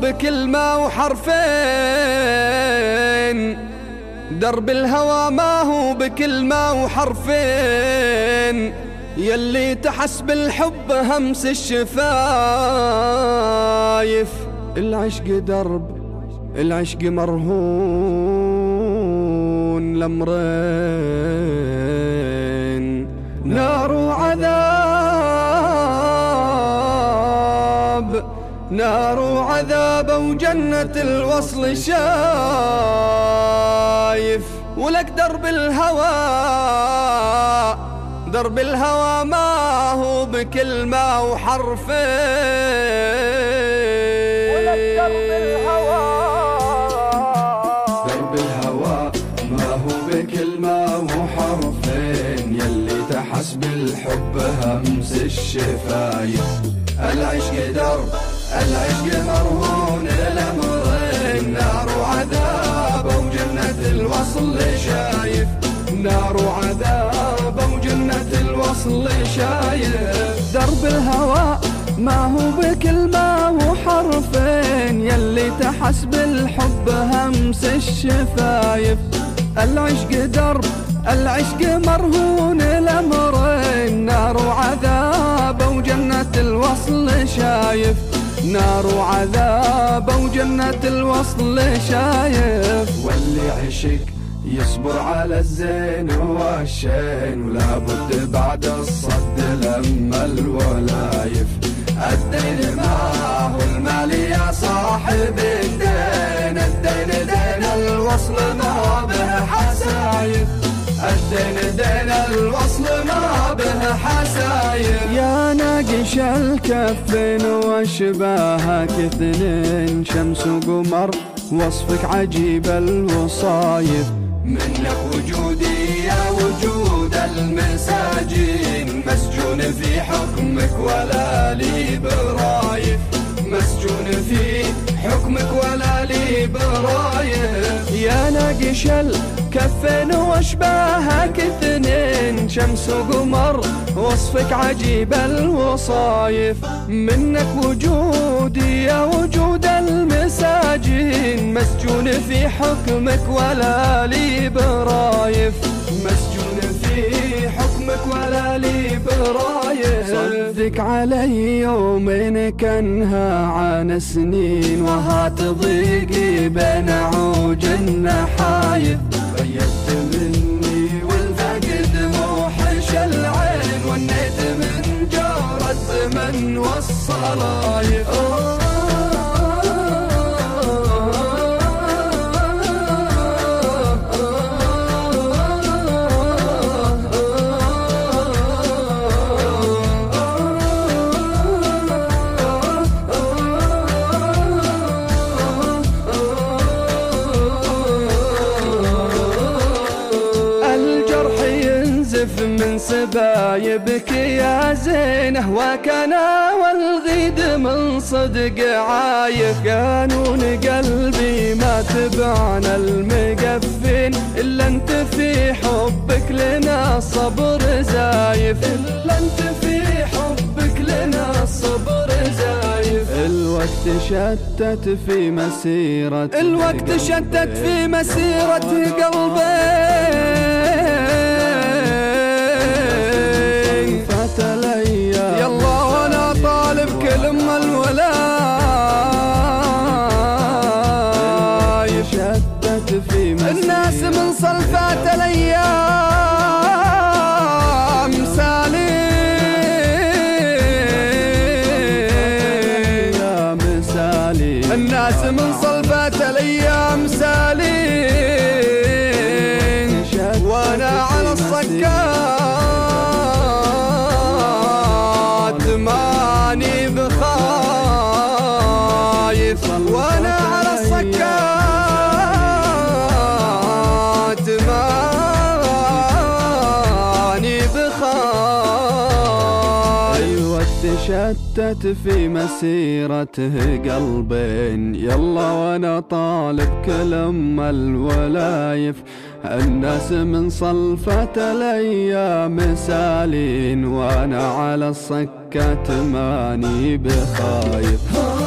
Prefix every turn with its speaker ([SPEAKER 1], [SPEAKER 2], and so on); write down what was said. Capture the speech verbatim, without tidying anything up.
[SPEAKER 1] بكلمة وحرفين، درب الهوى ما هو بكلمة وحرفين، يلي تحس بالحب همس الشفايف. العشق درب، العشق مرهون لمرين، نار وعذاب، نار وعذاب وجنة الوصل شايف. ولك درب الهوى، درب الهوى ما هو بكلمة وحرفين، ولك درب الهوى، درب الهوى ما هو بكلمة وحرفين، يلي تحس بالحب همس الشفايف. العشق درب، العشق مرهون الأمرين، نار وعذاب وجنة الوصل شايف، نار وعذاب وجنة الوصل شايف. درب الهوى ما هو بكلمة وحرفين، يلي تحس بالحب همس الشفايف. العشق درب، العشق مرهون الأمرين، نار وعذاب وجنة الوصل شايف، نار وعذاب وجنة الوصل شايف. واللي عشق يصبر على الزين والشين، ولابد بعد الصد لما الولايف. الدين ما هو المال يا صاحب الدين، الدين دين الوصل ما به حسايف، الدين دين الوصل ما به حسايف. يا ناقش الكفين واشباهك اثنين، شمس وقمر وصفك عجيب الوصايف. منك وجودي يا وجود المساجين، مسجون في حكمك ولا لي برايف، مسجون في حكمك ولا لي برايف. يا ناقش الكفين واشباهك اثنين، شمس وقمر وصفك عجيب الوصايف. منك وجودي يا وجود المساجين، مسجون في حكمك ولا لي برايف، مسجون في حكمك ولا لي برايف. صدق علي يومين كانها عن سنين، وهات ضيقي بين عوج النحايف. غيرت مني والفقد موحش العين، ونيت من جور الزمن والصلايف. من سبايبك يا زينه، وكنا والغيد من صدق عايف. قانون قلبي ما تبعنا المقفين، إلا انت في حبك لنا صبر زايف، إلا انت في حبك لنا صبر زايف. الوقت شتت في مسيرة، الوقت شتت في مسيرة قلبي. يلا وانا طالب كل ام الولايف، شتت في مسيرة الناس من صلفات الايام سالين، يا مسالين الناس من صلفات الايام سالين. وانا على الصكات ماني بخايف، وانا على الصكات ماني بخايف. الوقت شتت في مسيرته قلبين، يلا وانا طالب كل ام الولايف. الناس من صلفة الايام سالين، وانا على الصكات ماني بخايف.